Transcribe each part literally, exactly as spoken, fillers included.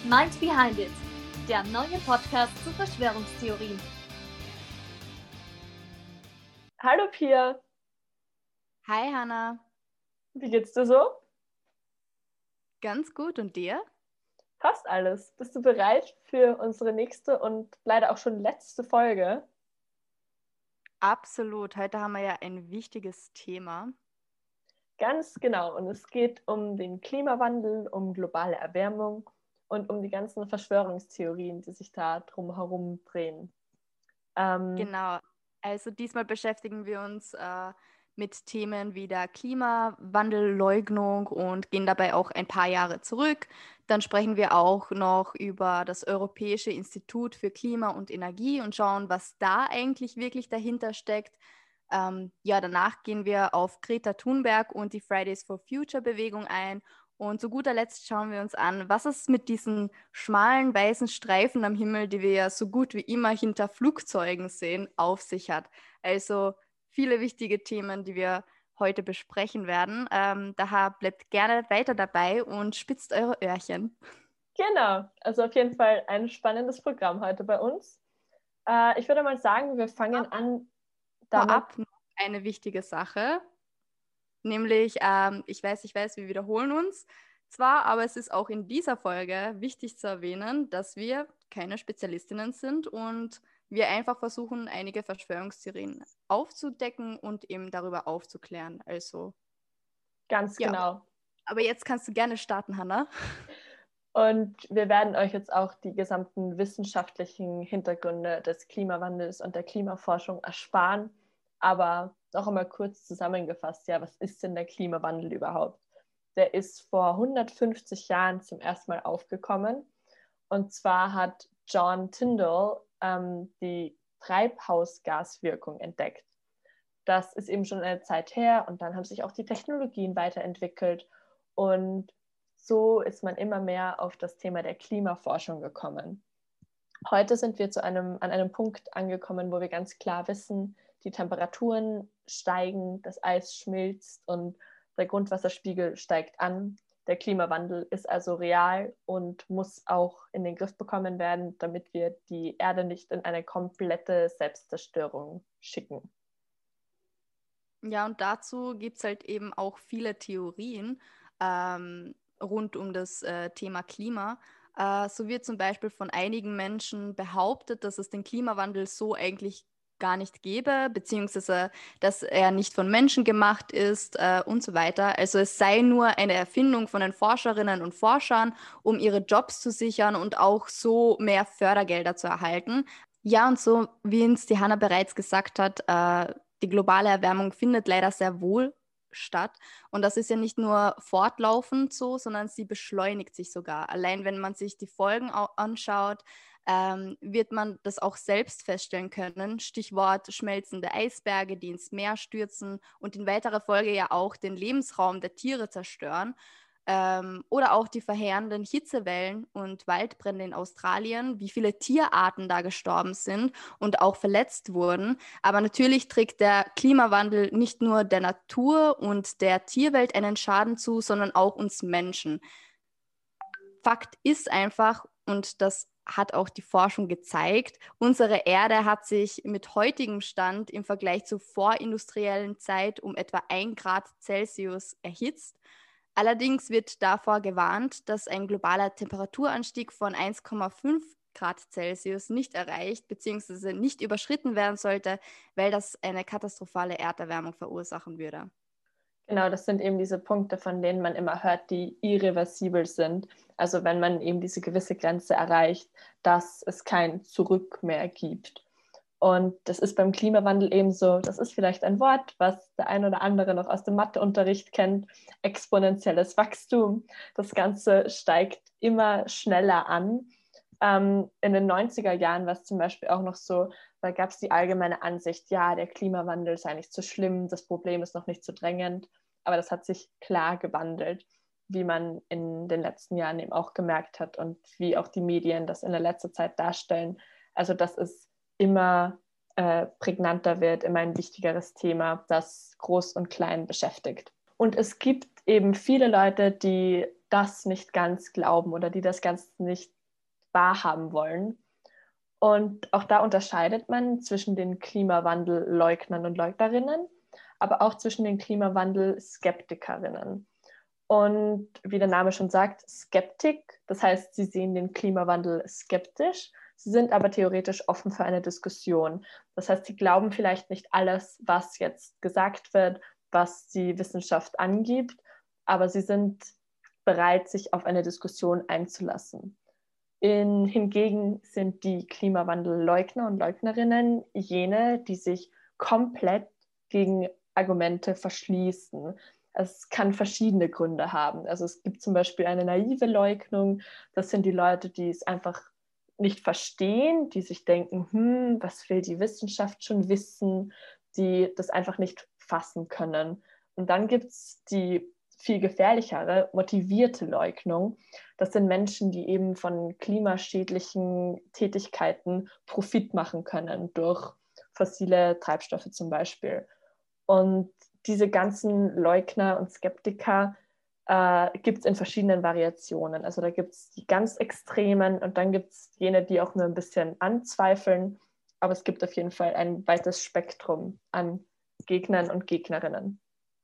Mind Behind It, der neue Podcast zu Verschwörungstheorien. Hallo Pia. Hi Hannah. Wie geht's dir so? Ganz gut, und dir? Passt alles. Bist du bereit für unsere nächste und leider auch schon letzte Folge? Absolut. Heute haben wir ja ein wichtiges Thema. Ganz genau. Und es geht um den Klimawandel, um globale Erwärmung und um die ganzen Verschwörungstheorien, die sich da drumherum drehen. Ähm, genau. Also diesmal beschäftigen wir uns äh, mit Themen wie der Klimawandelleugnung und gehen dabei auch ein paar Jahre zurück. Dann sprechen wir auch noch über das Europäische Institut für Klima und Energie und schauen, was da eigentlich wirklich dahinter steckt. Ähm, ja, danach gehen wir auf Greta Thunberg und die Fridays for Future Bewegung ein. Und zu guter Letzt schauen wir uns an, was es mit diesen schmalen weißen Streifen am Himmel, die wir ja so gut wie immer hinter Flugzeugen sehen, auf sich hat. Also viele wichtige Themen, die wir heute besprechen werden. Ähm, daher bleibt gerne weiter dabei und spitzt eure Öhrchen. Genau, also auf jeden Fall ein spannendes Programm heute bei uns. Äh, ich würde mal sagen, wir fangen an. Damit Vorab noch eine wichtige Sache. Nämlich, ähm, ich weiß, ich weiß, wir wiederholen uns zwar, aber es ist auch in dieser Folge wichtig zu erwähnen, dass wir keine Spezialistinnen sind und wir einfach versuchen, einige Verschwörungstheorien aufzudecken und eben darüber aufzuklären. Also ganz ja. genau. Aber jetzt kannst du gerne starten, Hannah. Und wir werden euch jetzt auch die gesamten wissenschaftlichen Hintergründe des Klimawandels und der Klimaforschung ersparen. Aber noch einmal kurz zusammengefasst, ja, was ist denn der Klimawandel überhaupt? Der ist vor hundertfünfzig Jahren zum ersten Mal aufgekommen. Und zwar hat John Tyndall ähm, die Treibhausgaswirkung entdeckt. Das ist eben schon eine Zeit her und dann haben sich auch die Technologien weiterentwickelt und so ist man immer mehr auf das Thema der Klimaforschung gekommen. Heute sind wir zu einem, an einem Punkt angekommen, wo wir ganz klar wissen, die Temperaturen steigen, das Eis schmilzt und der Grundwasserspiegel steigt an. Der Klimawandel ist also real und muss auch in den Griff bekommen werden, damit wir die Erde nicht in eine komplette Selbstzerstörung schicken. Ja, und dazu gibt es halt eben auch viele Theorien ähm, rund um das äh, Thema Klima. Äh, so wird zum Beispiel von einigen Menschen behauptet, dass es den Klimawandel so eigentlich gar nicht gäbe, beziehungsweise dass er nicht von Menschen gemacht ist äh, und so weiter. Also es sei nur eine Erfindung von den Forscherinnen und Forschern, um ihre Jobs zu sichern und auch so mehr Fördergelder zu erhalten. Ja, und so, wie uns die Hannah bereits gesagt hat, äh, die globale Erwärmung findet leider sehr wohl statt. Und das ist ja nicht nur fortlaufend so, sondern sie beschleunigt sich sogar. Allein wenn man sich die Folgen anschaut, ähm, wird man das auch selbst feststellen können. Stichwort schmelzende Eisberge, die ins Meer stürzen und in weiterer Folge ja auch den Lebensraum der Tiere zerstören. Ähm, oder auch die verheerenden Hitzewellen und Waldbrände in Australien, wie viele Tierarten da gestorben sind und auch verletzt wurden. Aber natürlich trägt der Klimawandel nicht nur der Natur und der Tierwelt einen Schaden zu, sondern auch uns Menschen. Fakt ist einfach, und das hat auch die Forschung gezeigt, unsere Erde hat sich mit heutigem Stand im Vergleich zur vorindustriellen Zeit um etwa ein Grad Celsius erhitzt. Allerdings wird davor gewarnt, dass ein globaler Temperaturanstieg von eins Komma fünf Grad Celsius nicht erreicht bzw. nicht überschritten werden sollte, weil das eine katastrophale Erderwärmung verursachen würde. Genau, das sind eben diese Punkte, von denen man immer hört, die irreversibel sind. Also wenn man eben diese gewisse Grenze erreicht, dass es kein Zurück mehr gibt. Und das ist beim Klimawandel ebenso, das ist vielleicht ein Wort, was der ein oder andere noch aus dem Matheunterricht kennt, exponentielles Wachstum. Das Ganze steigt immer schneller an. Ähm, in den neunziger Jahren war es zum Beispiel auch noch so, da gab es die allgemeine Ansicht, ja, der Klimawandel sei nicht so schlimm, das Problem ist noch nicht so drängend, aber das hat sich klar gewandelt, wie man in den letzten Jahren eben auch gemerkt hat und wie auch die Medien das in der letzten Zeit darstellen. Also das ist immer äh, prägnanter wird, immer ein wichtigeres Thema, das Groß und Klein beschäftigt. Und es gibt eben viele Leute, die das nicht ganz glauben oder die das ganz nicht wahrhaben wollen. Und auch da unterscheidet man zwischen den Klimawandelleugnern und Leugnerinnen, aber auch zwischen den Klimawandel-Skeptikerinnen. Und wie der Name schon sagt, Skeptik, das heißt, sie sehen den Klimawandel skeptisch, sie sind aber theoretisch offen für eine Diskussion. Das heißt, sie glauben vielleicht nicht alles, was jetzt gesagt wird, was die Wissenschaft angibt, aber sie sind bereit, sich auf eine Diskussion einzulassen. In, hingegen sind die Klimawandelleugner und Leugnerinnen jene, die sich komplett gegen Argumente verschließen. Es kann verschiedene Gründe haben. Also es gibt zum Beispiel eine naive Leugnung. Das sind die Leute, die es einfach nicht verstehen, die sich denken, hm, was will die Wissenschaft schon wissen, die das einfach nicht fassen können. Und dann gibt es die viel gefährlichere, motivierte Leugnung. Das sind Menschen, die eben von klimaschädlichen Tätigkeiten Profit machen können, durch fossile Treibstoffe zum Beispiel. Und diese ganzen Leugner und Skeptiker äh, gibt es in verschiedenen Variationen. Also da gibt es die ganz Extremen und dann gibt es jene, die auch nur ein bisschen anzweifeln. Aber es gibt auf jeden Fall ein weites Spektrum an Gegnern und Gegnerinnen.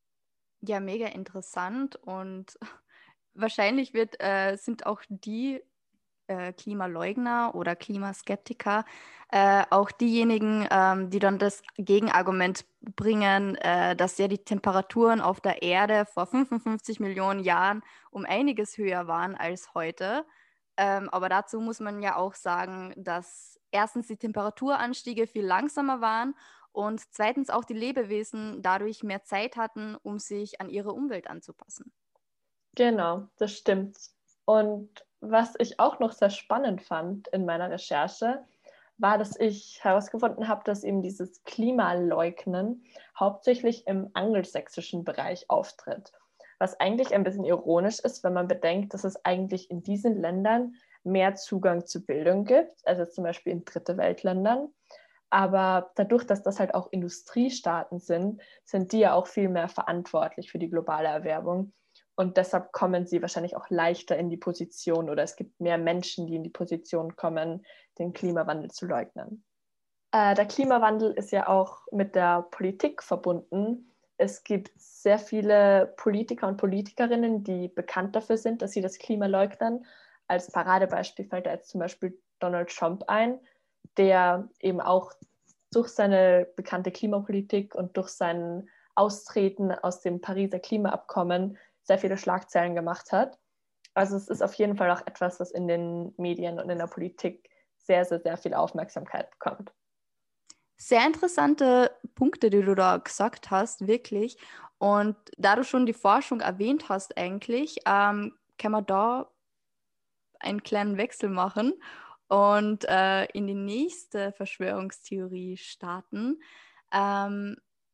Ja, mega interessant und wahrscheinlich wird, äh, sind auch die äh, Klimaleugner oder Klimaskeptiker äh, auch diejenigen, ähm, die dann das Gegenargument bringen, äh, dass ja die Temperaturen auf der Erde vor fünfundfünfzig Millionen Jahren um einiges höher waren als heute. Ähm, aber dazu muss man ja auch sagen, dass erstens die Temperaturanstiege viel langsamer waren und zweitens auch die Lebewesen dadurch mehr Zeit hatten, um sich an ihre Umwelt anzupassen. Genau, das stimmt. Und was ich auch noch sehr spannend fand in meiner Recherche, war, dass ich herausgefunden habe, dass eben dieses Klimaleugnen hauptsächlich im angelsächsischen Bereich auftritt. Was eigentlich ein bisschen ironisch ist, wenn man bedenkt, dass es eigentlich in diesen Ländern mehr Zugang zu Bildung gibt, also zum Beispiel in Dritte Weltländern. Aber dadurch, dass das halt auch Industriestaaten sind, sind die ja auch viel mehr verantwortlich für die globale Erwärmung. Und deshalb kommen sie wahrscheinlich auch leichter in die Position oder es gibt mehr Menschen, die in die Position kommen, den Klimawandel zu leugnen. Äh, der Klimawandel ist ja auch mit der Politik verbunden. Es gibt sehr viele Politiker und Politikerinnen, die bekannt dafür sind, dass sie das Klima leugnen. Als Paradebeispiel fällt da jetzt zum Beispiel Donald Trump ein, der eben auch durch seine bekannte Klimapolitik und durch sein Austreten aus dem Pariser Klimaabkommen sehr viele Schlagzeilen gemacht hat. Also es ist auf jeden Fall auch etwas, was in den Medien und in der Politik sehr, sehr, sehr viel Aufmerksamkeit bekommt. Sehr interessante Punkte, die du da gesagt hast, wirklich. Und da du schon die Forschung erwähnt hast eigentlich, ähm, kann man da einen kleinen Wechsel machen und äh, in die nächste Verschwörungstheorie starten. Ähm,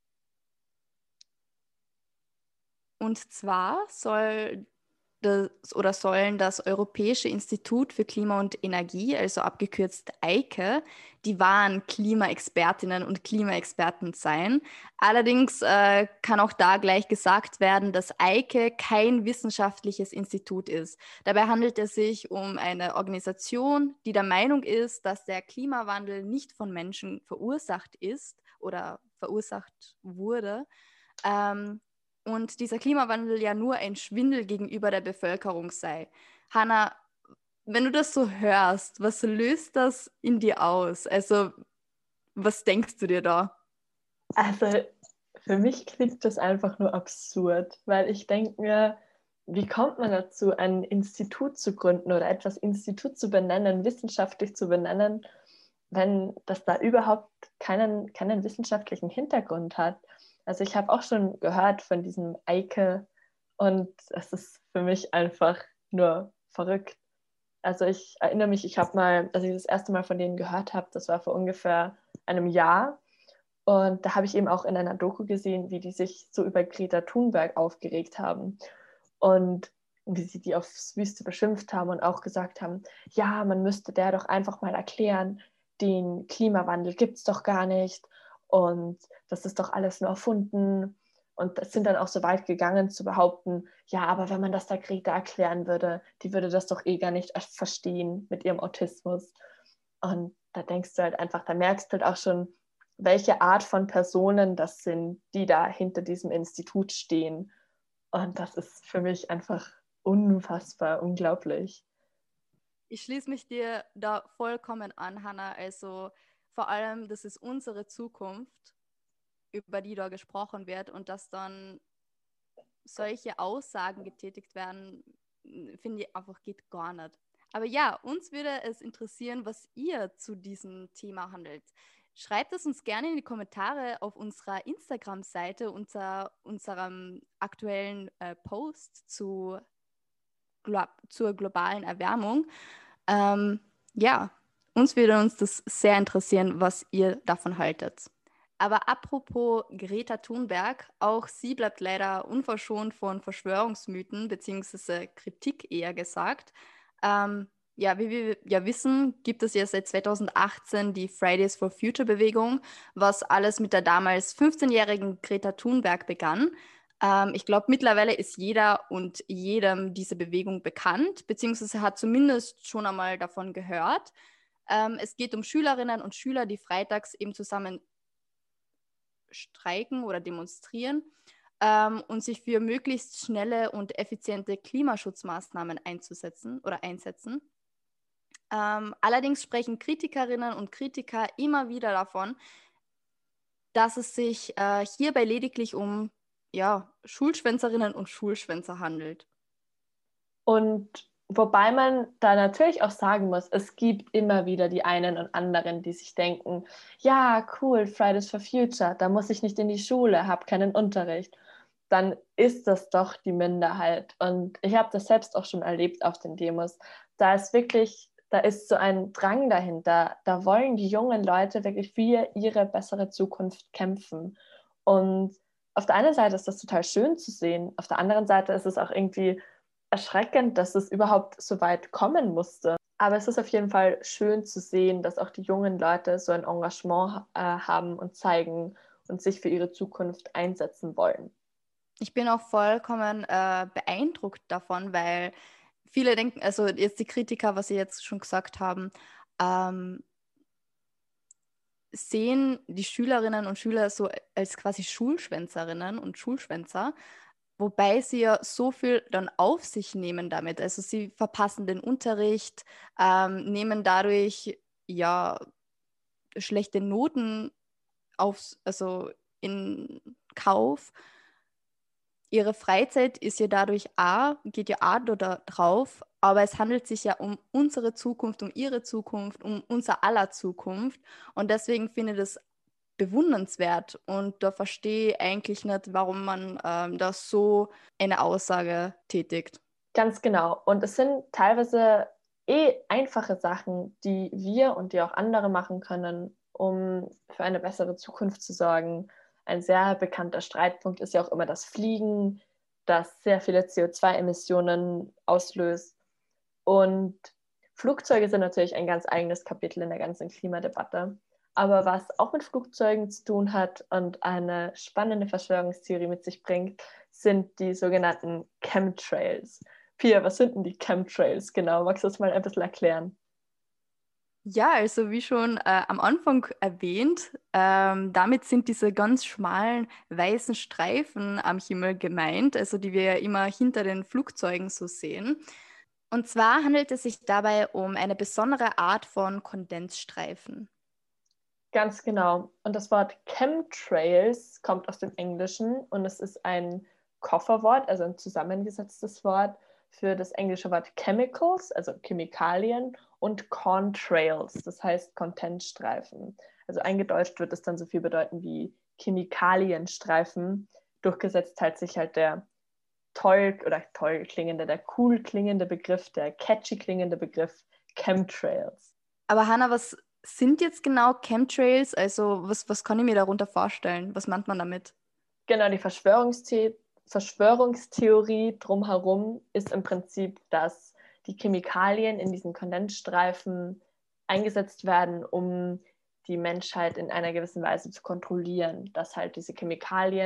und zwar soll das, oder sollen das Europäische Institut für Klima und Energie, also abgekürzt EIKE, die wahren Klimaexpertinnen und Klimaexperten sein. Allerdings äh, kann auch da gleich gesagt werden, dass EIKE kein wissenschaftliches Institut ist. Dabei handelt es sich um eine Organisation, die der Meinung ist, dass der Klimawandel nicht von Menschen verursacht ist oder verursacht wurde. Ähm, und dieser Klimawandel ja nur ein Schwindel gegenüber der Bevölkerung sei. Hannah, wenn du das so hörst, was löst das in dir aus? Also, was denkst du dir da? Also, für mich klingt das einfach nur absurd, weil ich denke mir, wie kommt man dazu, ein Institut zu gründen oder etwas Institut zu benennen, wissenschaftlich zu benennen, wenn das da überhaupt keinen, keinen wissenschaftlichen Hintergrund hat? Also ich habe auch schon gehört von diesem EIKE und es ist für mich einfach nur verrückt. Also ich erinnere mich, ich habe mal, als ich das erste Mal von denen gehört habe, das war vor ungefähr einem Jahr und da habe ich eben auch in einer Doku gesehen, wie die sich so über Greta Thunberg aufgeregt haben und wie sie die aufs Wüste beschimpft haben und auch gesagt haben, ja, man müsste der doch einfach mal erklären, den Klimawandel gibt es doch gar nicht und das ist doch alles nur erfunden Und das sind dann auch so weit gegangen zu behaupten, ja, aber wenn man das der Greta erklären würde, die würde das doch eh gar nicht verstehen mit ihrem Autismus. Und da denkst du halt einfach, da merkst du halt auch schon, welche Art von Personen das sind, die da hinter diesem Institut stehen. Und das ist für mich einfach unfassbar, unglaublich. Ich schließe mich dir da vollkommen an, Hannah. Also vor allem, das ist unsere Zukunft, über die da gesprochen wird, und dass dann solche Aussagen getätigt werden, finde ich einfach geht gar nicht. Aber ja, uns würde es interessieren, was ihr zu diesem Thema handelt. Schreibt es uns gerne in die Kommentare auf unserer Instagram-Seite unter unserem aktuellen äh, Post zu, glo- zur globalen Erwärmung. Ähm, ja, uns würde uns das sehr interessieren, was ihr davon haltet. Aber apropos Greta Thunberg, auch sie bleibt leider unverschont von Verschwörungsmythen bzw. Kritik eher gesagt. Ähm, ja, wie wir ja wissen, gibt es ja seit zweitausendachtzehn die Fridays for Future Bewegung, was alles mit der damals fünfzehnjährigen Greta Thunberg begann. Ähm, ich glaube, mittlerweile ist jeder und jedem diese Bewegung bekannt, beziehungsweise hat zumindest schon einmal davon gehört. Ähm, es geht um Schülerinnen und Schüler, die freitags eben zusammen streiken oder demonstrieren ähm, und sich für möglichst schnelle und effiziente Klimaschutzmaßnahmen einzusetzen oder einsetzen. Ähm, allerdings sprechen Kritikerinnen und Kritiker immer wieder davon, dass es sich äh, hierbei lediglich um ja, Schulschwänzerinnen und Schulschwänzer handelt. Und wobei man da natürlich auch sagen muss, es gibt immer wieder die einen und anderen, die sich denken, ja, cool, Fridays for Future, da muss ich nicht in die Schule, habe keinen Unterricht. Dann ist das doch die Minderheit. Und ich habe das selbst auch schon erlebt auf den Demos. Da ist wirklich, da ist so ein Drang dahinter. Da wollen die jungen Leute wirklich für ihre bessere Zukunft kämpfen. Und auf der einen Seite ist das total schön zu sehen, auf der anderen Seite ist es auch irgendwie erschreckend, dass es überhaupt so weit kommen musste. Aber es ist auf jeden Fall schön zu sehen, dass auch die jungen Leute so ein Engagement äh, haben und zeigen und sich für ihre Zukunft einsetzen wollen. Ich bin auch vollkommen äh, beeindruckt davon, weil viele denken, also jetzt die Kritiker, was sie jetzt schon gesagt haben, ähm, sehen die Schülerinnen und Schüler so als quasi Schulschwänzerinnen und Schulschwänzer, wobei sie ja so viel dann auf sich nehmen damit. Also sie verpassen den Unterricht, ähm, nehmen dadurch ja schlechte Noten aufs, also in Kauf. Ihre Freizeit ist ja dadurch auch, geht ja auch da drauf, aber es handelt sich ja um unsere Zukunft, um ihre Zukunft, um unser aller Zukunft. Und deswegen finde ich das bewundernswert. Und da verstehe ich eigentlich nicht, warum man ähm, da so eine Aussage tätigt. Ganz genau. Und es sind teilweise eh einfache Sachen, die wir und die auch andere machen können, um für eine bessere Zukunft zu sorgen. Ein sehr bekannter Streitpunkt ist ja auch immer das Fliegen, das sehr viele C O zwei Emissionen auslöst. Und Flugzeuge sind natürlich ein ganz eigenes Kapitel in der ganzen Klimadebatte. Aber was auch mit Flugzeugen zu tun hat und eine spannende Verschwörungstheorie mit sich bringt, sind die sogenannten Chemtrails. Pia, was sind denn die Chemtrails genau? Magst du das mal ein bisschen erklären? Ja, also wie schon äh, am Anfang erwähnt, ähm, damit sind diese ganz schmalen weißen Streifen am Himmel gemeint, also die wir ja immer hinter den Flugzeugen so sehen. Und zwar handelt es sich dabei um eine besondere Art von Kondensstreifen. Ganz genau. Und das Wort Chemtrails kommt aus dem Englischen und es ist ein Kofferwort, also ein zusammengesetztes Wort für das englische Wort Chemicals, also Chemikalien, und Contrails, das heißt Contentstreifen. Also eingedeutscht wird es dann so viel bedeuten wie Chemikalienstreifen. Durchgesetzt hat sich halt der toll oder toll klingende, der cool klingende Begriff, der catchy klingende Begriff Chemtrails. Aber Hanna, was sind jetzt genau Chemtrails? Also was, was kann ich mir darunter vorstellen? Was meint man damit? Genau, die Verschwörungstheorie Verschwörungstheorie drumherum ist im Prinzip, dass die Chemikalien in diesen Kondensstreifen eingesetzt werden, um die Menschheit in einer gewissen Weise zu kontrollieren. Dass halt diese Chemikalien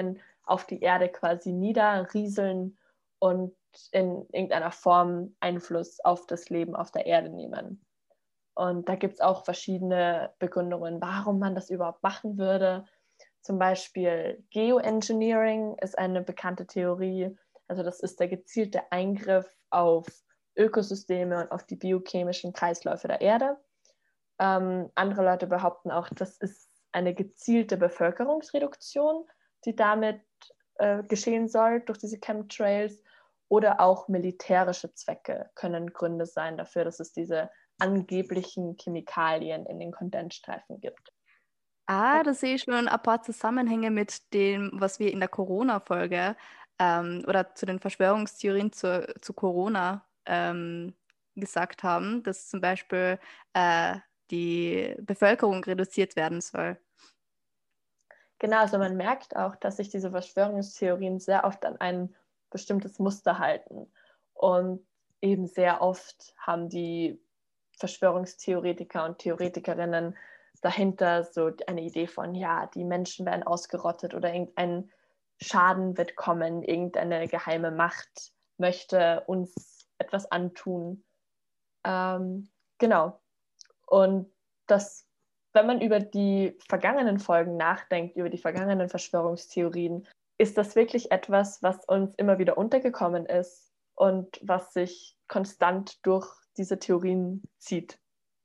auf die Erde quasi niederrieseln und in irgendeiner Form Einfluss auf das Leben auf der Erde nehmen. Und da gibt es auch verschiedene Begründungen, warum man das überhaupt machen würde. Zum Beispiel Geoengineering ist eine bekannte Theorie. Also das ist der gezielte Eingriff auf Ökosysteme und auf die biochemischen Kreisläufe der Erde. Ähm, andere Leute behaupten auch, das ist eine gezielte Bevölkerungsreduktion, die damit äh, geschehen soll durch diese Chemtrails. Oder auch militärische Zwecke können Gründe sein dafür, dass es diese angeblichen Chemikalien in den Kondensstreifen gibt. Ah, da sehe ich schon ein paar Zusammenhänge mit dem, was wir in der Corona-Folge ähm, oder zu den Verschwörungstheorien zu, zu Corona ähm, gesagt haben, dass zum Beispiel äh, die Bevölkerung reduziert werden soll. Genau, also man merkt auch, dass sich diese Verschwörungstheorien sehr oft an ein bestimmtes Muster halten. Und eben sehr oft haben die Verschwörungstheoretiker und Theoretikerinnen dahinter so eine Idee von, ja, die Menschen werden ausgerottet oder irgendein Schaden wird kommen, irgendeine geheime Macht möchte uns etwas antun. Ähm, genau. Und das, wenn man über die vergangenen Folgen nachdenkt, über die vergangenen Verschwörungstheorien, ist das wirklich etwas, was uns immer wieder untergekommen ist und was sich konstant durch diese Theorien zieht.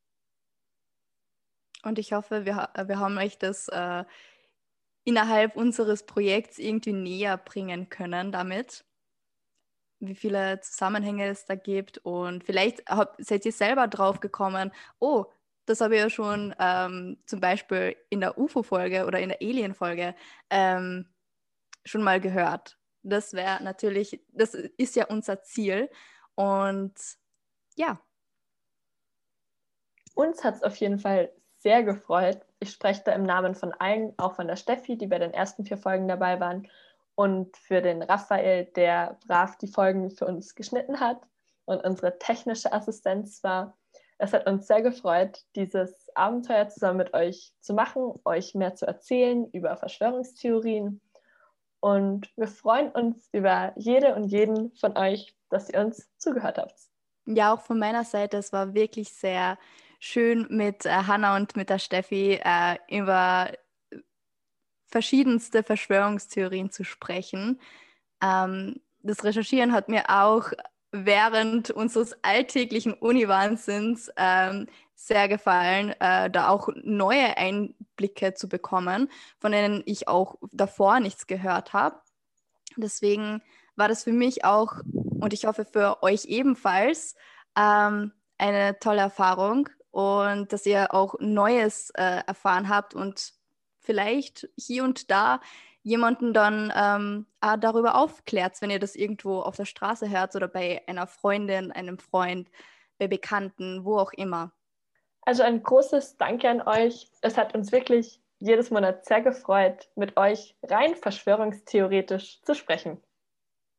Und ich hoffe, wir, wir haben euch das äh, innerhalb unseres Projekts irgendwie näher bringen können damit, wie viele Zusammenhänge es da gibt. Und vielleicht hab, seid ihr selber drauf gekommen, oh, das habe ich ja schon ähm, zum Beispiel in der U F O-Folge oder in der Alien-Folge ähm, schon mal gehört. Das wäre natürlich, das ist ja unser Ziel. Und ja. Uns hat es auf jeden Fall sehr gefreut. Ich spreche da im Namen von allen, auch von der Steffi, die bei den ersten vier Folgen dabei waren, und für den Raphael, der brav die Folgen für uns geschnitten hat und unsere technische Assistenz war. Es hat uns sehr gefreut, dieses Abenteuer zusammen mit euch zu machen, euch mehr zu erzählen über Verschwörungstheorien. Und wir freuen uns über jede und jeden von euch, dass ihr uns zugehört habt. Ja, auch von meiner Seite, es war wirklich sehr schön mit äh, Hannah und mit der Steffi äh, über verschiedenste Verschwörungstheorien zu sprechen. Ähm, das Recherchieren hat mir auch während unseres alltäglichen Uni-Wahnsinns ähm, sehr gefallen, äh, da auch neue Einblicke zu bekommen, von denen ich auch davor nichts gehört habe. Deswegen war das für mich auch, und ich hoffe für euch ebenfalls, ähm, eine tolle Erfahrung und dass ihr auch Neues äh, erfahren habt und vielleicht hier und da jemanden dann ähm, auch darüber aufklärt, wenn ihr das irgendwo auf der Straße hört oder bei einer Freundin, einem Freund, bei Bekannten, wo auch immer. Also ein großes Danke an euch. Es hat uns wirklich jedes Monat sehr gefreut, mit euch rein verschwörungstheoretisch zu sprechen.